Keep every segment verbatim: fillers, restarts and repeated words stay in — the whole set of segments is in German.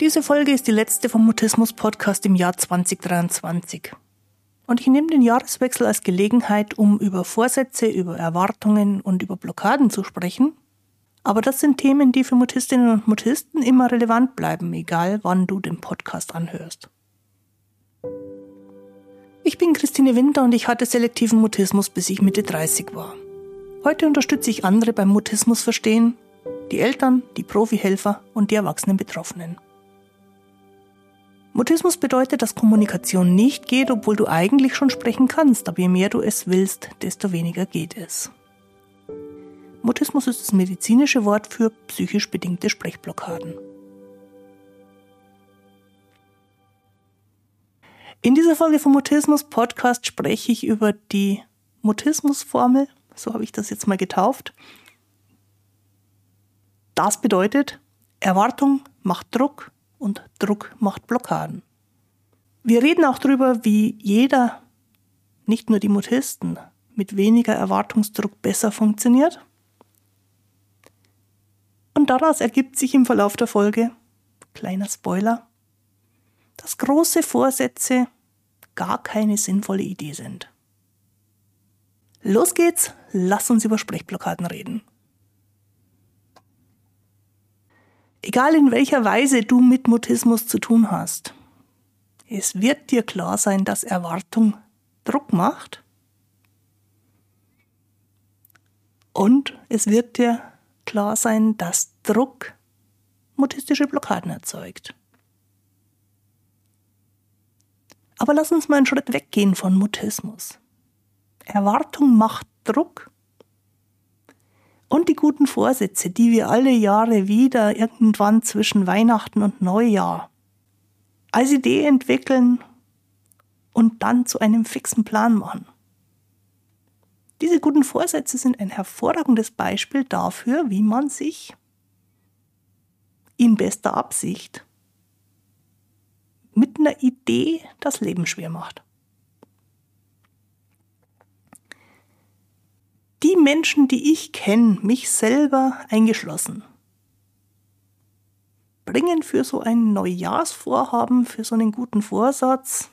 Diese Folge ist die letzte vom Mutismus-Podcast im Jahr zwanzig dreiundzwanzig. Und ich nehme den Jahreswechsel als Gelegenheit, um über Vorsätze, über Erwartungen und über Blockaden zu sprechen. Aber das sind Themen, die für Mutistinnen und Mutisten immer relevant bleiben, egal wann du den Podcast anhörst. Ich bin Christine Winter und ich hatte selektiven Mutismus, bis ich Mitte dreißig war. Heute unterstütze ich andere beim Mutismus verstehen, die Eltern, die Profihelfer und die erwachsenen Betroffenen. Mutismus bedeutet, dass Kommunikation nicht geht, obwohl du eigentlich schon sprechen kannst, aber je mehr du es willst, desto weniger geht es. Mutismus ist das medizinische Wort für psychisch bedingte Sprechblockaden. In dieser Folge vom Mutismus-Podcast spreche ich über die Mutismus-Formel, so habe ich das jetzt mal getauft. Das bedeutet, Erwartung macht Druck und Druck macht Blockaden. Wir reden auch darüber, wie jeder, nicht nur die Mutisten, mit weniger Erwartungsdruck besser funktioniert. Und daraus ergibt sich im Verlauf der Folge, kleiner Spoiler, dass große Vorsätze gar keine sinnvolle Idee sind. Los geht's, lass uns über Sprechblockaden reden. Egal in welcher Weise du mit Mutismus zu tun hast, es wird dir klar sein, dass Erwartung Druck macht und es wird dir klar sein, dass Druck mutistische Blockaden erzeugt. Aber lass uns mal einen Schritt weggehen von Mutismus. Erwartung macht Druck. Und die guten Vorsätze, die wir alle Jahre wieder irgendwann zwischen Weihnachten und Neujahr als Idee entwickeln und dann zu einem fixen Plan machen. Diese guten Vorsätze sind ein hervorragendes Beispiel dafür, wie man sich in bester Absicht mit einer Idee das Leben schwer macht. Die Menschen, die ich kenne, mich selber eingeschlossen, bringen für so ein Neujahrsvorhaben, für so einen guten Vorsatz,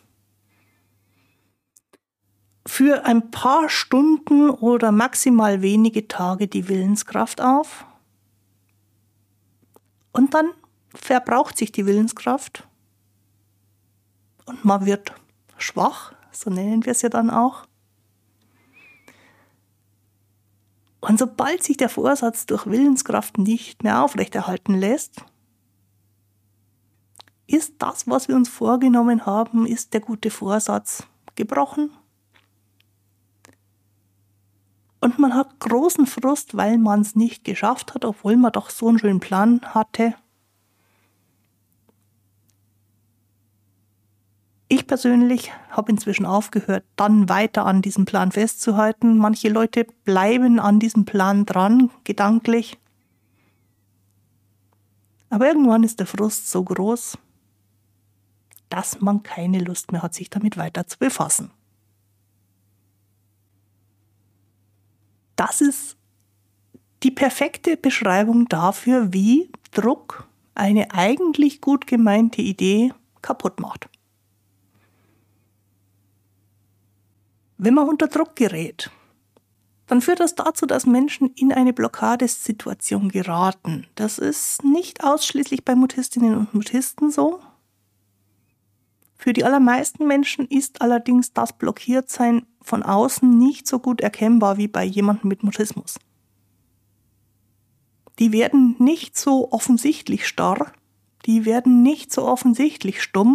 für ein paar Stunden oder maximal wenige Tage die Willenskraft auf. Und dann verbraucht sich die Willenskraft und man wird schwach, so nennen wir es ja dann auch. Und sobald sich der Vorsatz durch Willenskraft nicht mehr aufrechterhalten lässt, ist das, was wir uns vorgenommen haben, ist der gute Vorsatz gebrochen. Und man hat großen Frust, weil man es nicht geschafft hat, obwohl man doch so einen schönen Plan hatte. Ich persönlich habe inzwischen aufgehört, dann weiter an diesem Plan festzuhalten. Manche Leute bleiben an diesem Plan dran, gedanklich. Aber irgendwann ist der Frust so groß, dass man keine Lust mehr hat, sich damit weiter zu befassen. Das ist die perfekte Beschreibung dafür, wie Druck eine eigentlich gut gemeinte Idee kaputt macht. Wenn man unter Druck gerät, dann führt das dazu, dass Menschen in eine Blockadesituation geraten. Das ist nicht ausschließlich bei Mutistinnen und Mutisten so. Für die allermeisten Menschen ist allerdings das Blockiertsein von außen nicht so gut erkennbar wie bei jemandem mit Mutismus. Die werden nicht so offensichtlich starr, die werden nicht so offensichtlich stumm.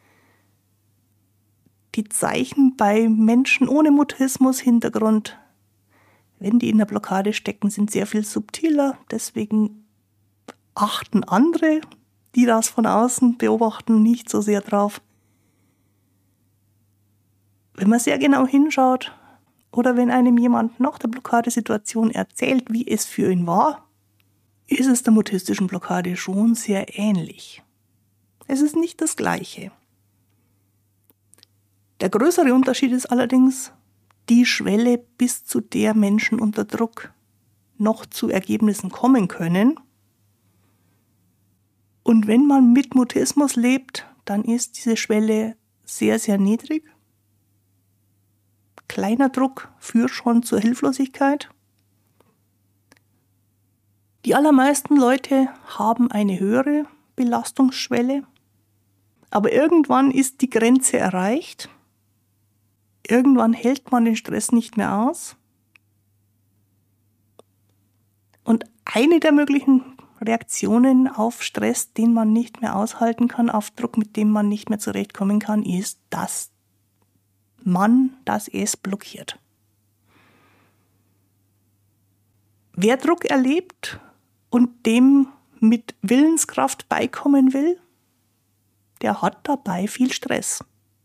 Die Zeichen bei Menschen ohne Mutismus-Hintergrund, wenn die in der Blockade stecken, sind sehr viel subtiler. Deswegen achten andere, die das von außen beobachten, nicht so sehr drauf. Wenn man sehr genau hinschaut oder wenn einem jemand nach der Blockadesituation erzählt, wie es für ihn war, ist es der mutistischen Blockade schon sehr ähnlich. Es ist nicht das Gleiche. Der größere Unterschied ist allerdings die Schwelle, bis zu der Menschen unter Druck noch zu Ergebnissen kommen können Und wenn man mit Mutismus lebt, dann ist diese Schwelle sehr, sehr niedrig. Kleiner Druck führt schon zur Hilflosigkeit. Die allermeisten Leute haben eine höhere Belastungsschwelle, aber irgendwann ist die Grenze erreicht. Irgendwann hält man den Stress nicht mehr aus. Und eine der möglichen Reaktionen auf Stress, den man nicht mehr aushalten kann, auf Druck, mit dem man nicht mehr zurechtkommen kann, ist, dass man das es blockiert. Wer Druck erlebt und dem mit Willenskraft beikommen will, der hat dabei viel Stress.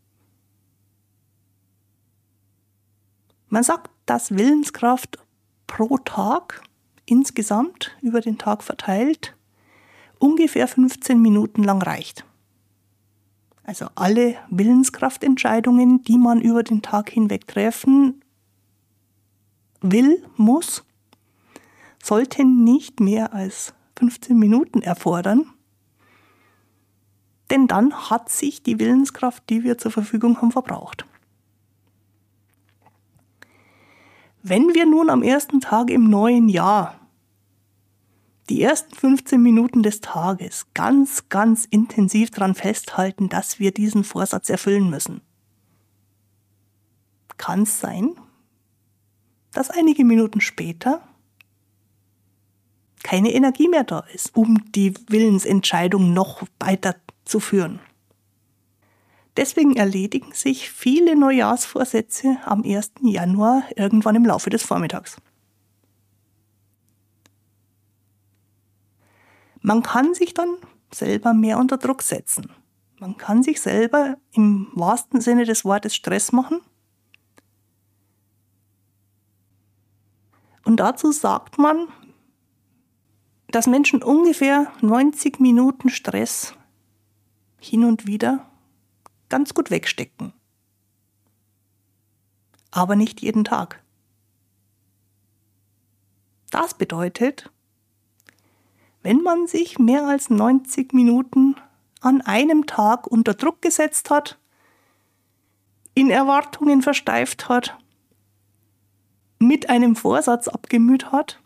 Man sagt, dass Willenskraft pro Tag insgesamt über den Tag verteilt ungefähr fünfzehn Minuten lang reicht. Also alle Willenskraftentscheidungen, die man über den Tag hinweg treffen will, muss, sollten nicht mehr als fünfzehn Minuten erfordern, denn dann hat sich die Willenskraft, die wir zur Verfügung haben, verbraucht. Wenn wir nun am ersten Tag im neuen Jahr die ersten fünfzehn Minuten des Tages ganz, ganz intensiv daran festhalten, dass wir diesen Vorsatz erfüllen müssen, kann es sein, dass einige Minuten später keine Energie mehr da ist, um die Willensentscheidung noch weiter zu führen. Deswegen erledigen sich viele Neujahrsvorsätze am ersten Januar irgendwann im Laufe des Vormittags. Man kann sich dann selber mehr unter Druck setzen. Man kann sich selber im wahrsten Sinne des Wortes Stress machen. Und dazu sagt man, dass Menschen ungefähr neunzig Minuten Stress hin und wieder ganz gut wegstecken. Aber nicht jeden Tag. Das bedeutet, wenn man sich mehr als neunzig Minuten an einem Tag unter Druck gesetzt hat, in Erwartungen versteift hat, mit einem Vorsatz abgemüht hat,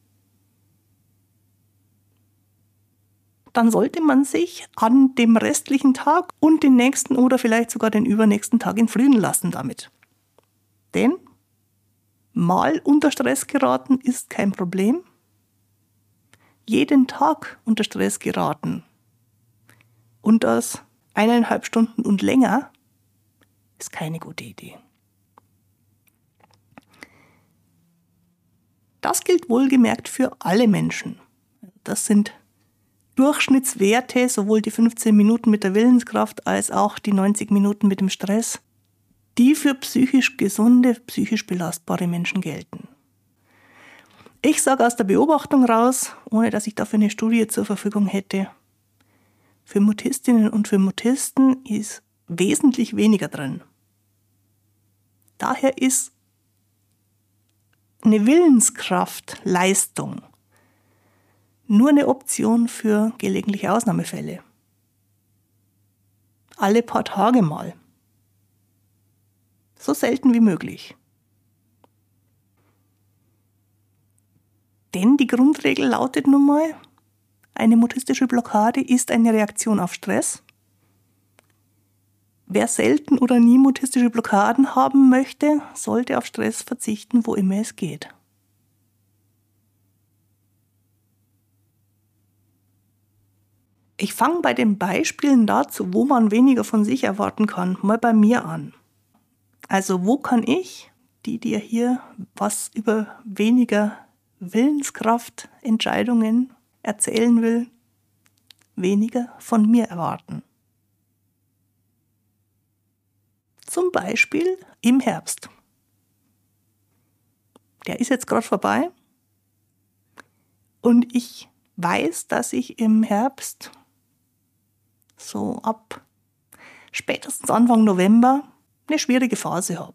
dann sollte man sich an dem restlichen Tag und den nächsten oder vielleicht sogar den übernächsten Tag in Frieden lassen damit. Denn mal unter Stress geraten ist kein Problem. Jeden Tag unter Stress geraten und das eineinhalb Stunden und länger ist keine gute Idee. Das gilt wohlgemerkt für alle Menschen. Das sind Durchschnittswerte, sowohl die fünfzehn Minuten mit der Willenskraft als auch die neunzig Minuten mit dem Stress, die für psychisch gesunde, psychisch belastbare Menschen gelten. Ich sage aus der Beobachtung raus, ohne dass ich dafür eine Studie zur Verfügung hätte, für Mutistinnen und für Mutisten ist wesentlich weniger drin. Daher ist eine Willenskraftleistung nur eine Option für gelegentliche Ausnahmefälle. Alle paar Tage mal. So selten wie möglich. Denn die Grundregel lautet nun mal, eine mutistische Blockade ist eine Reaktion auf Stress. Wer selten oder nie mutistische Blockaden haben möchte, sollte auf Stress verzichten, wo immer es geht. Ich fange bei den Beispielen dazu, wo man weniger von sich erwarten kann, mal bei mir an. Also wo kann ich, die dir hier was über weniger Willenskraft, Entscheidungen erzählen will, weniger von mir erwarten? Zum Beispiel im Herbst. Der ist jetzt gerade vorbei und ich weiß, dass ich im Herbst so ab spätestens Anfang November eine schwierige Phase habe.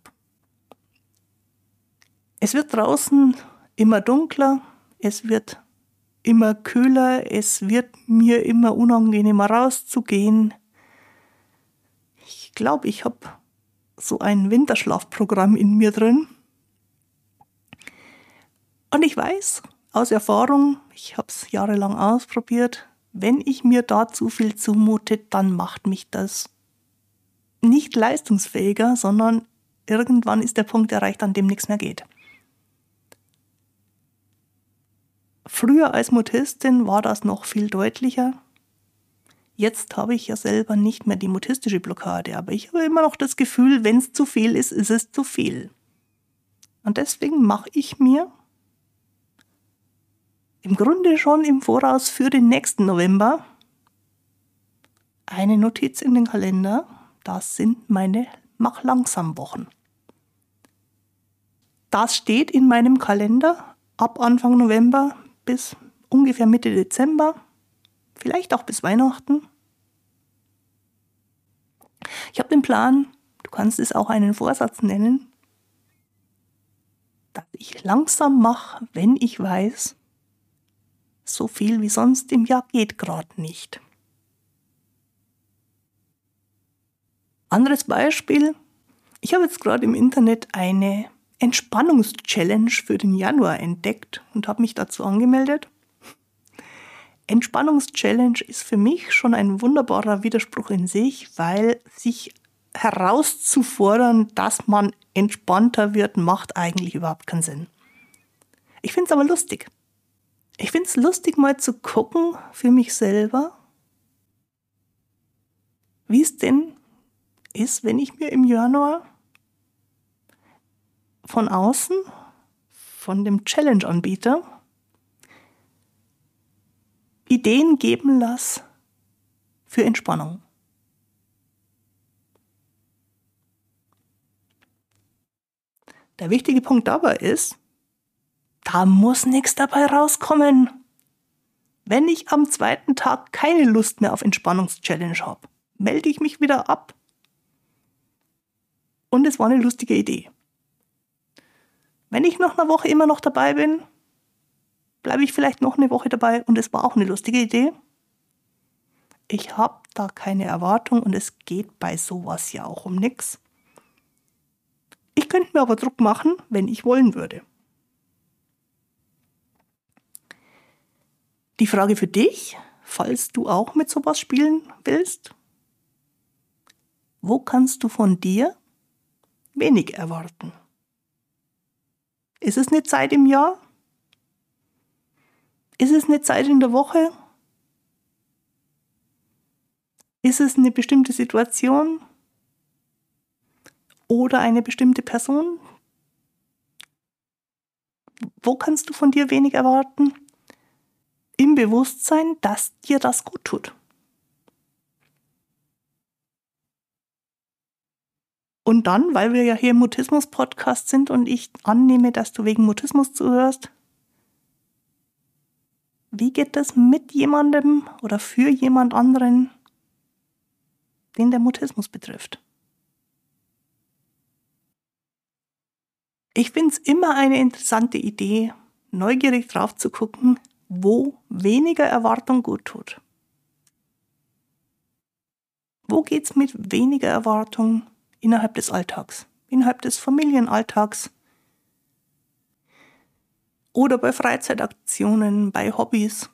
Es wird draußen immer dunkler, es wird immer kühler, es wird mir immer unangenehmer rauszugehen. Ich glaube, ich habe so ein Winterschlafprogramm in mir drin. Und ich weiß aus Erfahrung, ich habe es jahrelang ausprobiert, wenn ich mir da zu viel zumute, dann macht mich das nicht leistungsfähiger, sondern irgendwann ist der Punkt erreicht, an dem nichts mehr geht. Früher als Mutistin war das noch viel deutlicher. Jetzt habe ich ja selber nicht mehr die mutistische Blockade, aber ich habe immer noch das Gefühl, wenn es zu viel ist, ist es zu viel. Und deswegen mache ich mir im Grunde schon im Voraus für den nächsten November eine Notiz in den Kalender. Das sind meine Mach-langsam-Wochen. Das steht in meinem Kalender ab Anfang November bis ungefähr Mitte Dezember, vielleicht auch bis Weihnachten. Ich habe den Plan, du kannst es auch einen Vorsatz nennen, dass ich langsam mache, wenn ich weiß, so viel wie sonst im Jahr geht gerade nicht. Anderes Beispiel, ich habe jetzt gerade im Internet eine Entspannungs-Challenge für den Januar entdeckt und habe mich dazu angemeldet. Entspannungs-Challenge ist für mich schon ein wunderbarer Widerspruch in sich, weil sich herauszufordern, dass man entspannter wird, macht eigentlich überhaupt keinen Sinn. Ich finde es aber lustig. Ich finde es lustig, mal zu gucken für mich selber, wie es denn ist, wenn ich mir im Januar von außen, von dem Challenge-Anbieter, Ideen geben lasse für Entspannung. Der wichtige Punkt dabei ist, da muss nichts dabei rauskommen. Wenn ich am zweiten Tag keine Lust mehr auf Entspannungs-Challenge habe, melde ich mich wieder ab. Und es war eine lustige Idee. Wenn ich nach einer Woche immer noch dabei bin, bleibe ich vielleicht noch eine Woche dabei und es war auch eine lustige Idee. Ich habe da keine Erwartung und es geht bei sowas ja auch um nichts. Ich könnte mir aber Druck machen, wenn ich wollen würde. Die Frage für dich, falls du auch mit sowas spielen willst: Wo kannst du von dir wenig erwarten? Ist es eine Zeit im Jahr? Ist es eine Zeit in der Woche? Ist es eine bestimmte Situation? Oder eine bestimmte Person? Wo kannst du von dir wenig erwarten? Im Bewusstsein, dass dir das gut tut. Und dann, weil wir ja hier im Mutismus-Podcast sind und ich annehme, dass du wegen Mutismus zuhörst, wie geht das mit jemandem oder für jemand anderen, den der Mutismus betrifft? Ich finde es immer eine interessante Idee, neugierig drauf zu gucken, wo weniger Erwartung gut tut. Wo geht es mit weniger Erwartung innerhalb des Alltags, innerhalb des Familienalltags oder bei Freizeitaktionen, bei Hobbys?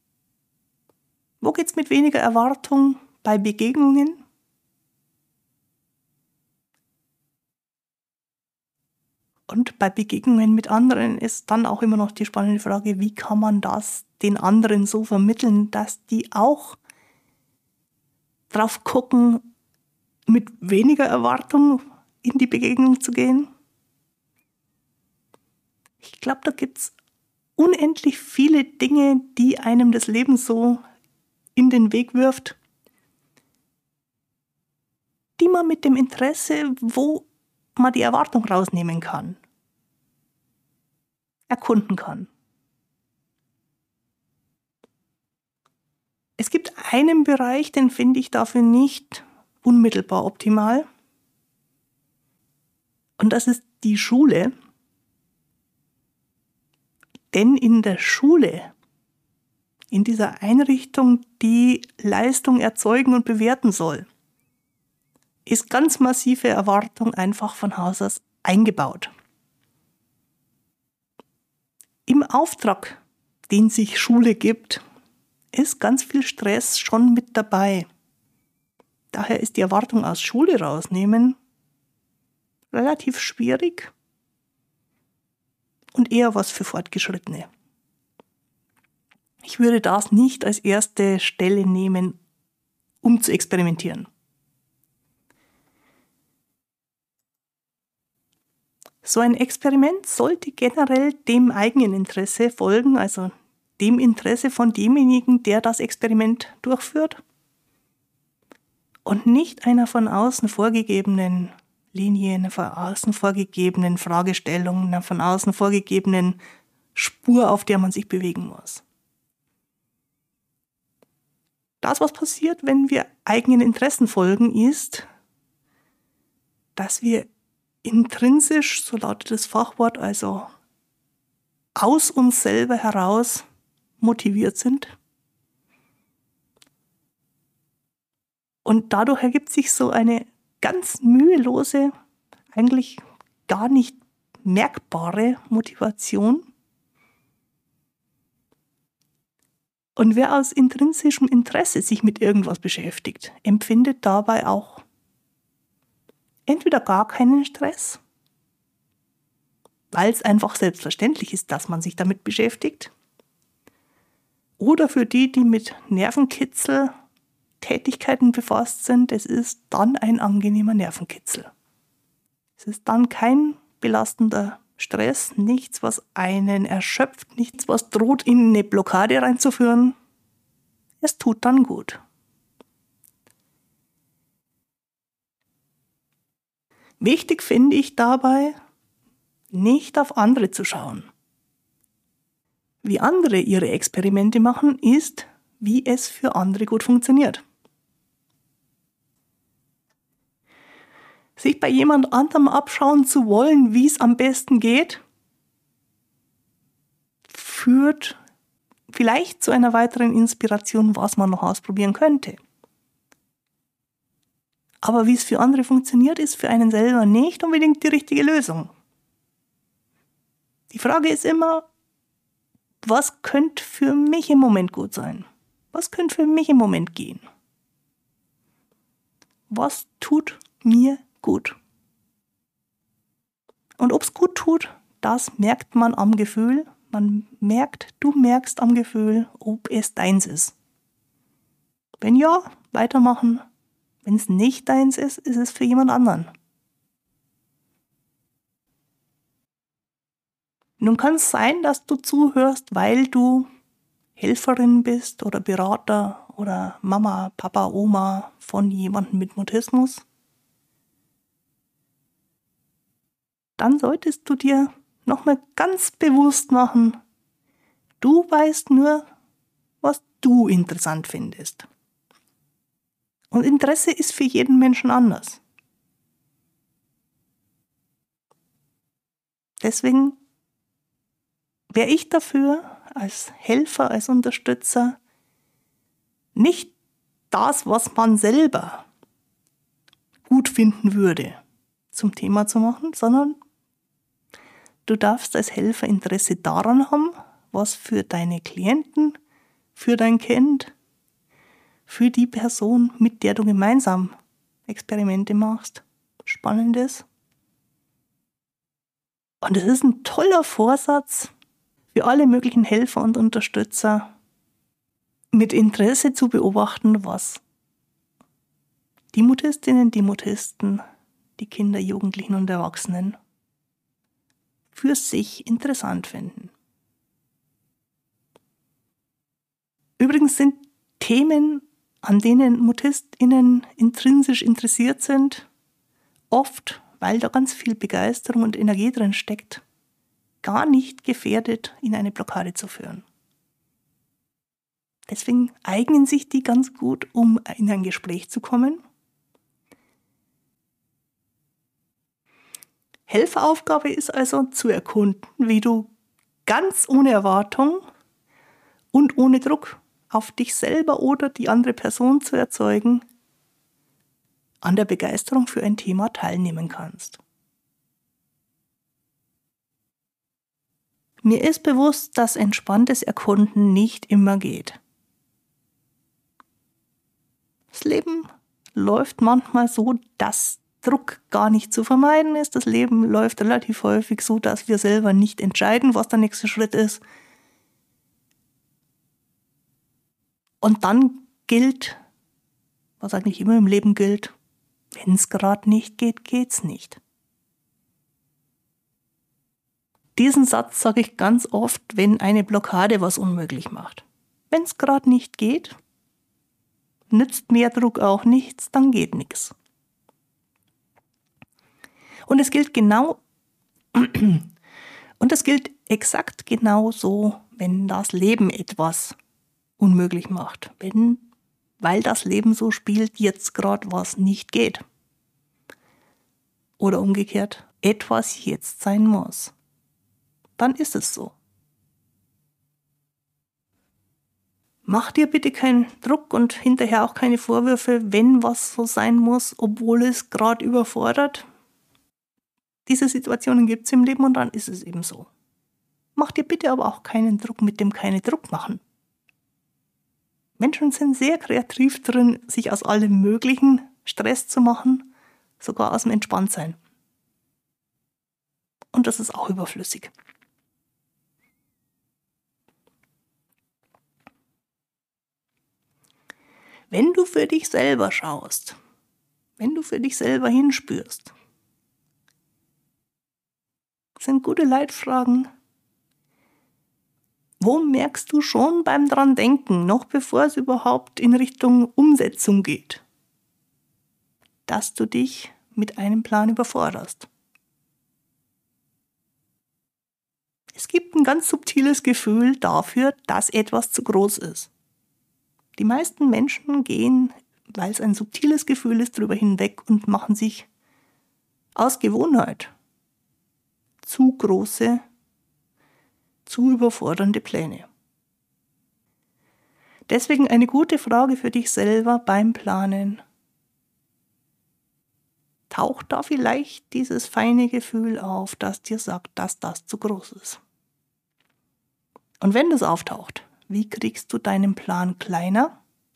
Wo geht es mit weniger Erwartung bei Begegnungen? Und bei Begegnungen mit anderen ist dann auch immer noch die spannende Frage, wie kann man das den anderen so vermitteln, dass die auch drauf gucken, mit weniger Erwartung in die Begegnung zu gehen? Ich glaube, da gibt es unendlich viele Dinge, die einem das Leben so in den Weg wirft, die man mit dem Interesse, wo man die Erwartung rausnehmen kann, erkunden kann. Es gibt einen Bereich, den finde ich dafür nicht unmittelbar optimal. Und das ist die Schule. Denn in der Schule in dieser Einrichtung, die Leistung erzeugen und bewerten soll, ist ganz massive Erwartung einfach von Haus aus eingebaut. Im Auftrag, den sich Schule gibt, ist ganz viel Stress schon mit dabei. Daher ist die Erwartung aus Schule rausnehmen relativ schwierig und eher was für Fortgeschrittene. Ich würde das nicht als erste Stelle nehmen, um zu experimentieren. So ein Experiment sollte generell dem eigenen Interesse folgen, also dem Interesse von demjenigen, der das Experiment durchführt, und nicht einer von außen vorgegebenen Linie, einer von außen vorgegebenen Fragestellung, einer von außen vorgegebenen Spur, auf der man sich bewegen muss. Das, was passiert, wenn wir eigenen Interessen folgen, ist, dass wir intrinsisch, so lautet das Fachwort, also aus uns selber heraus motiviert sind. Und dadurch ergibt sich so eine ganz mühelose, eigentlich gar nicht merkbare Motivation. Und wer aus intrinsischem Interesse sich mit irgendwas beschäftigt, empfindet dabei auch entweder gar keinen Stress, weil es einfach selbstverständlich ist, dass man sich damit beschäftigt, oder für die, die mit Nervenkitzel Tätigkeiten befasst sind, es ist dann ein angenehmer Nervenkitzel. Es ist dann kein belastender Stress, nichts, was einen erschöpft, nichts, was droht, in eine Blockade reinzuführen. Es tut dann gut. Wichtig finde ich dabei, nicht auf andere zu schauen. Wie andere ihre Experimente machen, ist, wie es für andere gut funktioniert. Sich bei jemand anderem abschauen zu wollen, wie es am besten geht, führt vielleicht zu einer weiteren Inspiration, was man noch ausprobieren könnte. Aber wie es für andere funktioniert, ist für einen selber nicht unbedingt die richtige Lösung. Die Frage ist immer, was könnte für mich im Moment gut sein? Was könnte für mich im Moment gehen? Was tut mir gut? Und ob es gut tut, das merkt man am Gefühl. Man merkt, du merkst am Gefühl, ob es deins ist. Wenn ja, weitermachen. Wenn es nicht deins ist, ist es für jemand anderen. Nun kann es sein, dass du zuhörst, weil du Helferin bist oder Berater oder Mama, Papa, Oma von jemandem mit Mutismus. Dann solltest du dir nochmal ganz bewusst machen, du weißt nur, was du interessant findest. Und Interesse ist für jeden Menschen anders. Deswegen wäre ich dafür, als Helfer, als Unterstützer, nicht das, was man selber gut finden würde, zum Thema zu machen, sondern du darfst als Helfer Interesse daran haben, was für deine Klienten, für dein Kind, für die Person, mit der du gemeinsam Experimente machst, spannend ist. Und es ist ein toller Vorsatz für alle möglichen Helfer und Unterstützer, mit Interesse zu beobachten, was die Mutistinnen, die Mutisten, die Kinder, Jugendlichen und Erwachsenen für sich interessant finden. Übrigens sind Themen, an denen MutistInnen intrinsisch interessiert sind, oft, weil da ganz viel Begeisterung und Energie drin steckt, gar nicht gefährdet, in eine Blockade zu führen. Deswegen eignen sich die ganz gut, um in ein Gespräch zu kommen. Helferaufgabe ist also zu erkunden, wie du ganz ohne Erwartung und ohne Druck auf dich selber oder die andere Person zu erzeugen, an der Begeisterung für ein Thema teilnehmen kannst. Mir ist bewusst, dass entspanntes Erkunden nicht immer geht. Das Leben läuft manchmal so, dass Druck gar nicht zu vermeiden ist. Das Leben läuft relativ häufig so, dass wir selber nicht entscheiden, was der nächste Schritt ist. Und dann gilt, was eigentlich immer im Leben gilt, wenn es gerade nicht geht, geht's nicht. Diesen Satz sage ich ganz oft, wenn eine Blockade was unmöglich macht. Wenn es gerade nicht geht, nützt mehr Druck auch nichts, dann geht nichts. Und es gilt genau, und es gilt exakt genauso, wenn das Leben etwas unmöglich macht. Wenn, weil das Leben so spielt, jetzt gerade was nicht geht. Oder umgekehrt, etwas jetzt sein muss. Dann ist es so. Mach dir bitte keinen Druck und hinterher auch keine Vorwürfe, wenn was so sein muss, obwohl es gerade überfordert. Diese Situationen gibt es im Leben und dann ist es eben so. Mach dir bitte aber auch keinen Druck, mit dem keine Druck machen. Menschen sind sehr kreativ drin, sich aus allem möglichen Stress zu machen, sogar aus dem Entspanntsein. Und das ist auch überflüssig. Wenn du für dich selber schaust, wenn du für dich selber hinspürst, sind gute Leitfragen. Wo merkst du schon beim dran denken, noch bevor es überhaupt in Richtung Umsetzung geht, dass du dich mit einem Plan überforderst? Es gibt ein ganz subtiles Gefühl dafür, dass etwas zu groß ist. Die meisten Menschen gehen, weil es ein subtiles Gefühl ist, drüber hinweg und machen sich aus Gewohnheit zu große, zu überfordernde Pläne. Deswegen eine gute Frage für dich selber beim Planen. Taucht da vielleicht dieses feine Gefühl auf, das dir sagt, dass das zu groß ist? Und wenn das auftaucht, wie kriegst du deinen Plan kleiner,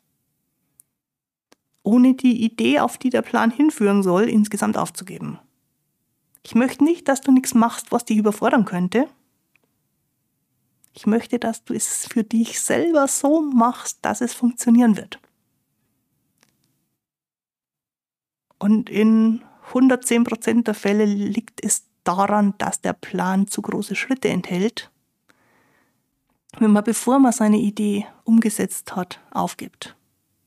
ohne die Idee, auf die der Plan hinführen soll, insgesamt aufzugeben? Ich möchte nicht, dass du nichts machst, was dich überfordern könnte. Ich möchte, dass du es für dich selber so machst, dass es funktionieren wird. Und in hundertzehn Prozent der Fälle liegt es daran, dass der Plan zu große Schritte enthält, wenn man, bevor man seine Idee umgesetzt hat, aufgibt.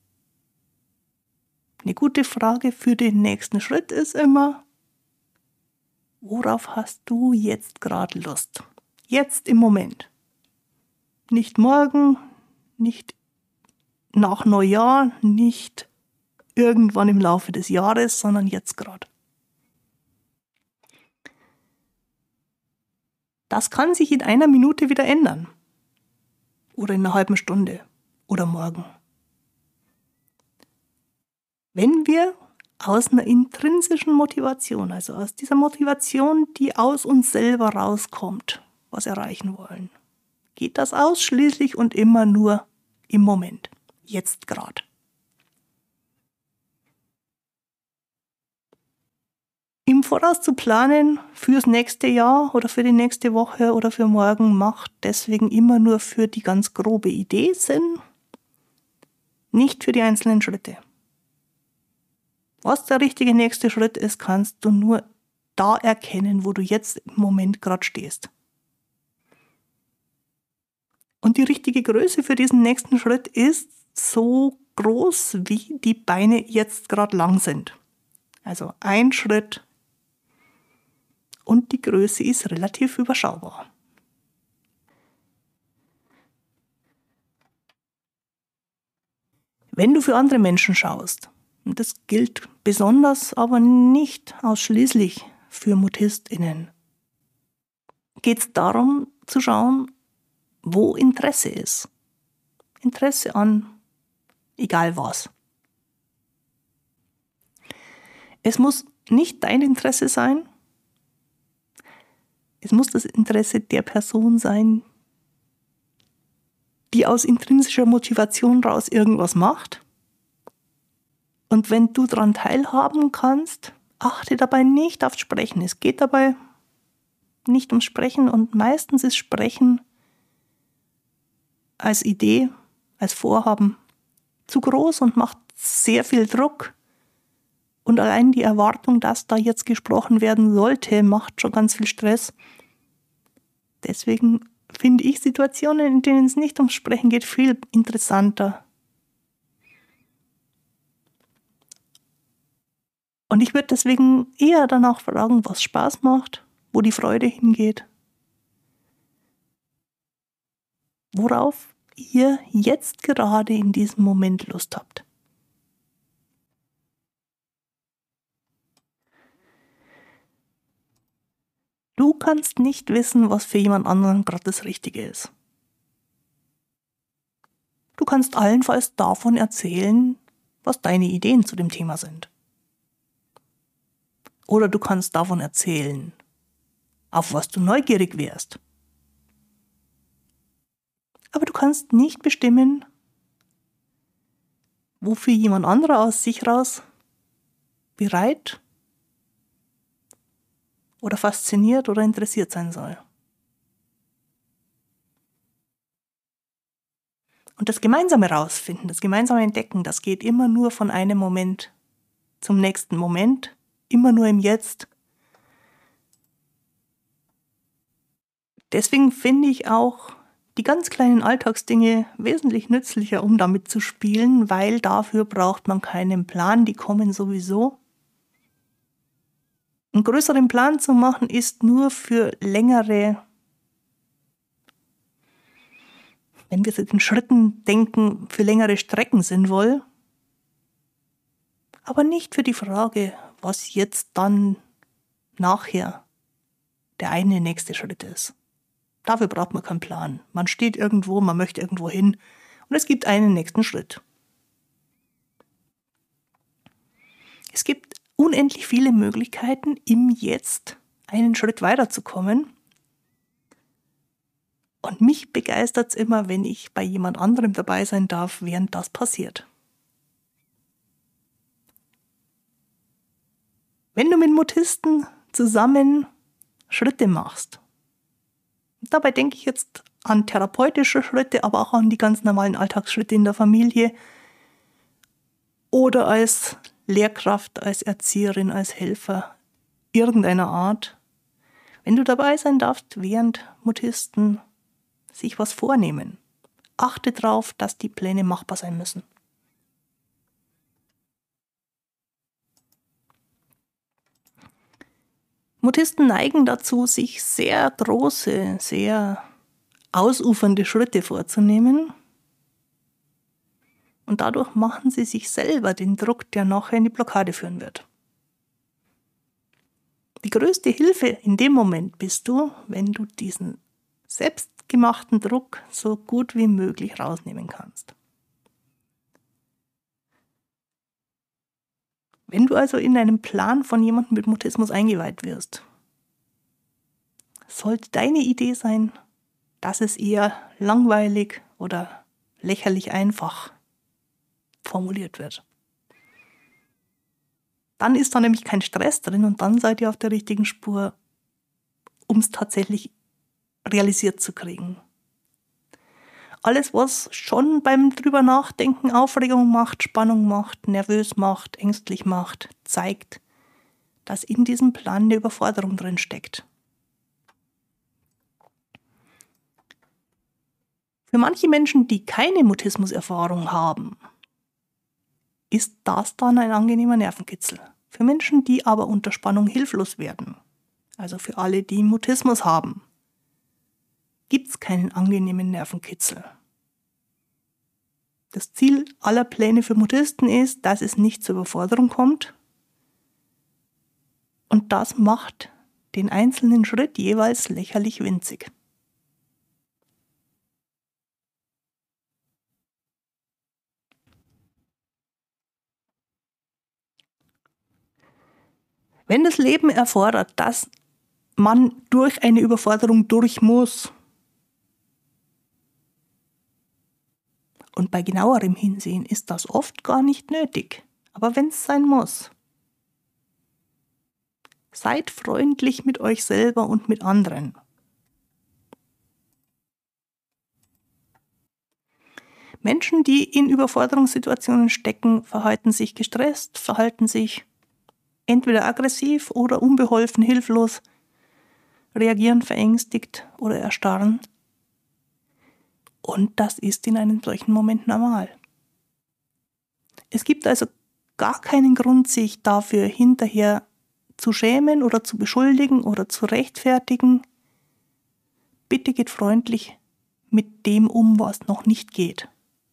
Eine gute Frage für den nächsten Schritt ist immer, worauf hast du jetzt gerade Lust? Jetzt im Moment. Nicht morgen, nicht nach Neujahr, nicht irgendwann im Laufe des Jahres, sondern jetzt gerade. Das kann sich in einer Minute wieder ändern. Oder in einer halben Stunde. Oder morgen. Wenn wir aus einer intrinsischen Motivation, also aus dieser Motivation, die aus uns selber rauskommt, was erreichen wollen, geht das ausschließlich und immer nur im Moment, jetzt gerade. Im Voraus zu planen fürs nächste Jahr oder für die nächste Woche oder für morgen macht deswegen immer nur für die ganz grobe Idee Sinn, nicht für die einzelnen Schritte. Was der richtige nächste Schritt ist, kannst du nur da erkennen, wo du jetzt im Moment gerade stehst. Und die richtige Größe für diesen nächsten Schritt ist so groß, wie die Beine jetzt gerade lang sind. Also ein Schritt und die Größe ist relativ überschaubar. Wenn du für andere Menschen schaust, und das gilt besonders, aber nicht ausschließlich für MutistInnen, geht es darum zu schauen, wo Interesse ist. Interesse an egal was. Es muss nicht dein Interesse sein. Es muss das Interesse der Person sein, die aus intrinsischer Motivation raus irgendwas macht. Und wenn du daran teilhaben kannst, achte dabei nicht aufs Sprechen. Es geht dabei nicht ums Sprechen und meistens ist Sprechen als Idee, als Vorhaben zu groß und macht sehr viel Druck. Und allein die Erwartung, dass da jetzt gesprochen werden sollte, macht schon ganz viel Stress. Deswegen finde ich Situationen, in denen es nicht ums Sprechen geht, viel interessanter. Und ich würde deswegen eher danach fragen, was Spaß macht, wo die Freude hingeht, worauf ihr jetzt gerade in diesem Moment Lust habt. Du kannst nicht wissen, was für jemand anderen gerade das Richtige ist. Du kannst allenfalls davon erzählen, was deine Ideen zu dem Thema sind. Oder du kannst davon erzählen, auf was du neugierig wärst. Aber du kannst nicht bestimmen, wofür jemand anderer aus sich raus bereit oder fasziniert oder interessiert sein soll. Und das gemeinsame Rausfinden, das gemeinsame Entdecken, das geht immer nur von einem Moment zum nächsten Moment, immer nur im Jetzt. Deswegen finde ich auch die ganz kleinen Alltagsdinge wesentlich nützlicher, um damit zu spielen, weil dafür braucht man keinen Plan, die kommen sowieso. Einen größeren Plan zu machen ist nur für längere, wenn wir jetzt in Schritten denken, für längere Strecken sinnvoll, aber nicht für die Frage, was jetzt dann nachher der eine nächste Schritt ist. Dafür braucht man keinen Plan. Man steht irgendwo, man möchte irgendwo hin und es gibt einen nächsten Schritt. Es gibt unendlich viele Möglichkeiten, im Jetzt einen Schritt weiterzukommen. Und mich begeistert es immer, wenn ich bei jemand anderem dabei sein darf, während das passiert. Wenn du mit Mutisten zusammen Schritte machst, dabei denke ich jetzt an therapeutische Schritte, aber auch an die ganz normalen Alltagsschritte in der Familie oder als Lehrkraft, als Erzieherin, als Helfer irgendeiner Art. Wenn du dabei sein darfst, während Mutisten sich was vornehmen, achte darauf, dass die Pläne machbar sein müssen. Mutisten neigen dazu, sich sehr große, sehr ausufernde Schritte vorzunehmen. Und dadurch machen sie sich selber den Druck, der nachher in die Blockade führen wird. Die größte Hilfe in dem Moment bist du, wenn du diesen selbstgemachten Druck so gut wie möglich rausnehmen kannst. Wenn du also in einen Plan von jemandem mit Mutismus eingeweiht wirst, sollte deine Idee sein, dass es eher langweilig oder lächerlich einfach formuliert wird. Dann ist da nämlich kein Stress drin und dann seid ihr auf der richtigen Spur, um es tatsächlich realisiert zu kriegen. Alles, was schon beim drüber nachdenken Aufregung macht, Spannung macht, nervös macht, ängstlich macht, zeigt, dass in diesem Plan eine Überforderung drin steckt. Für manche Menschen, die keine Mutismuserfahrung haben, ist das dann ein angenehmer Nervenkitzel. Für Menschen, die aber unter Spannung hilflos werden, also für alle, die Mutismus haben, gibt es keinen angenehmen Nervenkitzel. Das Ziel aller Pläne für Mutisten ist, dass es nicht zur Überforderung kommt. Und das macht den einzelnen Schritt jeweils lächerlich winzig. Wenn das Leben erfordert, dass man durch eine Überforderung durch muss, und bei genauerem Hinsehen ist das oft gar nicht nötig, aber wenn es sein muss, seid freundlich mit euch selber und mit anderen. Menschen, die in Überforderungssituationen stecken, verhalten sich gestresst, verhalten sich entweder aggressiv oder unbeholfen, hilflos, reagieren verängstigt oder erstarren. Und das ist in einem solchen Moment normal. Es gibt also gar keinen Grund, sich dafür hinterher zu schämen oder zu beschuldigen oder zu rechtfertigen. Bitte geht freundlich mit dem um, was noch nicht geht.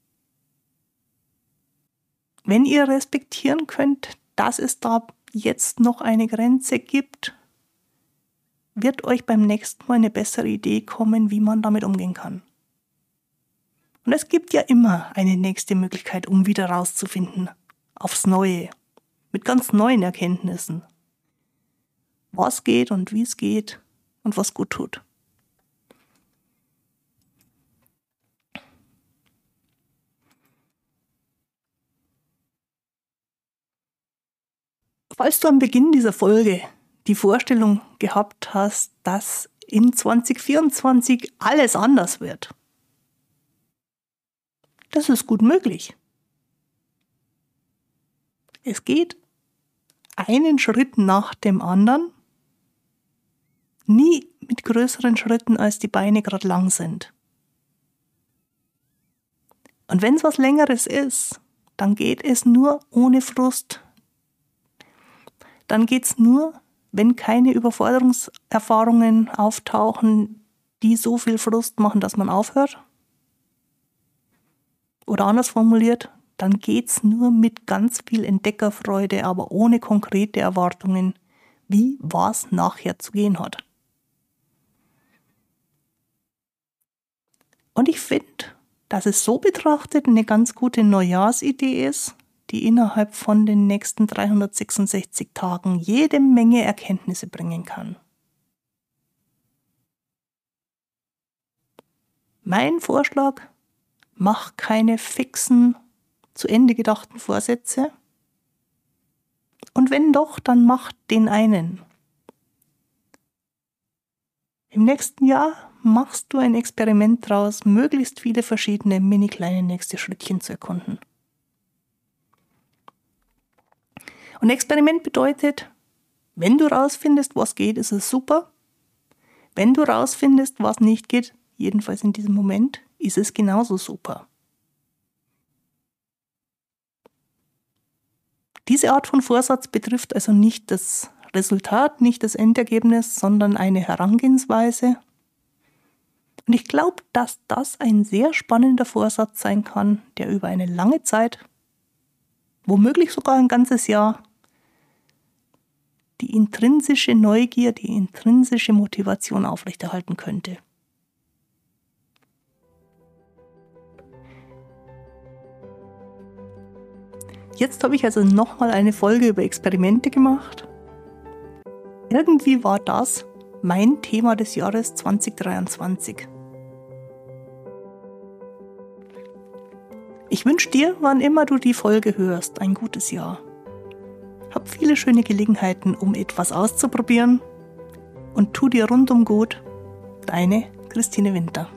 Wenn ihr respektieren könnt, dass es da jetzt noch eine Grenze gibt, wird euch beim nächsten Mal eine bessere Idee kommen, wie man damit umgehen kann. Und es gibt ja immer eine nächste Möglichkeit, um wieder rauszufinden, aufs Neue, mit ganz neuen Erkenntnissen, was geht und wie es geht und was gut tut. Falls du am Beginn dieser Folge die Vorstellung gehabt hast, dass in zwanzig vierundzwanzig alles anders wird, das ist gut möglich. Es geht einen Schritt nach dem anderen, nie mit größeren Schritten, als die Beine gerade lang sind. Und wenn es was Längeres ist, dann geht es nur ohne Frust. Dann geht es nur, wenn keine Überforderungserfahrungen auftauchen, die so viel Frust machen, dass man aufhört. Oder anders formuliert, dann geht es nur mit ganz viel Entdeckerfreude, aber ohne konkrete Erwartungen, wie was nachher zu gehen hat. Und ich finde, dass es so betrachtet eine ganz gute Neujahrsidee ist, die innerhalb von den nächsten dreihundertsechsundsechzig Tagen jede Menge Erkenntnisse bringen kann. Mein Vorschlag: Mach keine fixen, zu Ende gedachten Vorsätze. Und wenn doch, dann mach den einen. Im nächsten Jahr machst du ein Experiment draus, möglichst viele verschiedene mini kleine nächste Schrittchen zu erkunden. Und Experiment bedeutet, wenn du rausfindest, was geht, ist es super. Wenn du rausfindest, was nicht geht, jedenfalls in diesem Moment, ist es genauso super. Diese Art von Vorsatz betrifft also nicht das Resultat, nicht das Endergebnis, sondern eine Herangehensweise. Und ich glaube, dass das ein sehr spannender Vorsatz sein kann, der über eine lange Zeit, womöglich sogar ein ganzes Jahr, die intrinsische Neugier, die intrinsische Motivation aufrechterhalten könnte. Jetzt habe ich also nochmal eine Folge über Experimente gemacht. Irgendwie war das mein Thema des Jahres zwanzig dreiundzwanzig. Ich wünsche dir, wann immer du die Folge hörst, ein gutes Jahr. Hab viele schöne Gelegenheiten, um etwas auszuprobieren und tu dir rundum gut. Deine Christine Winter.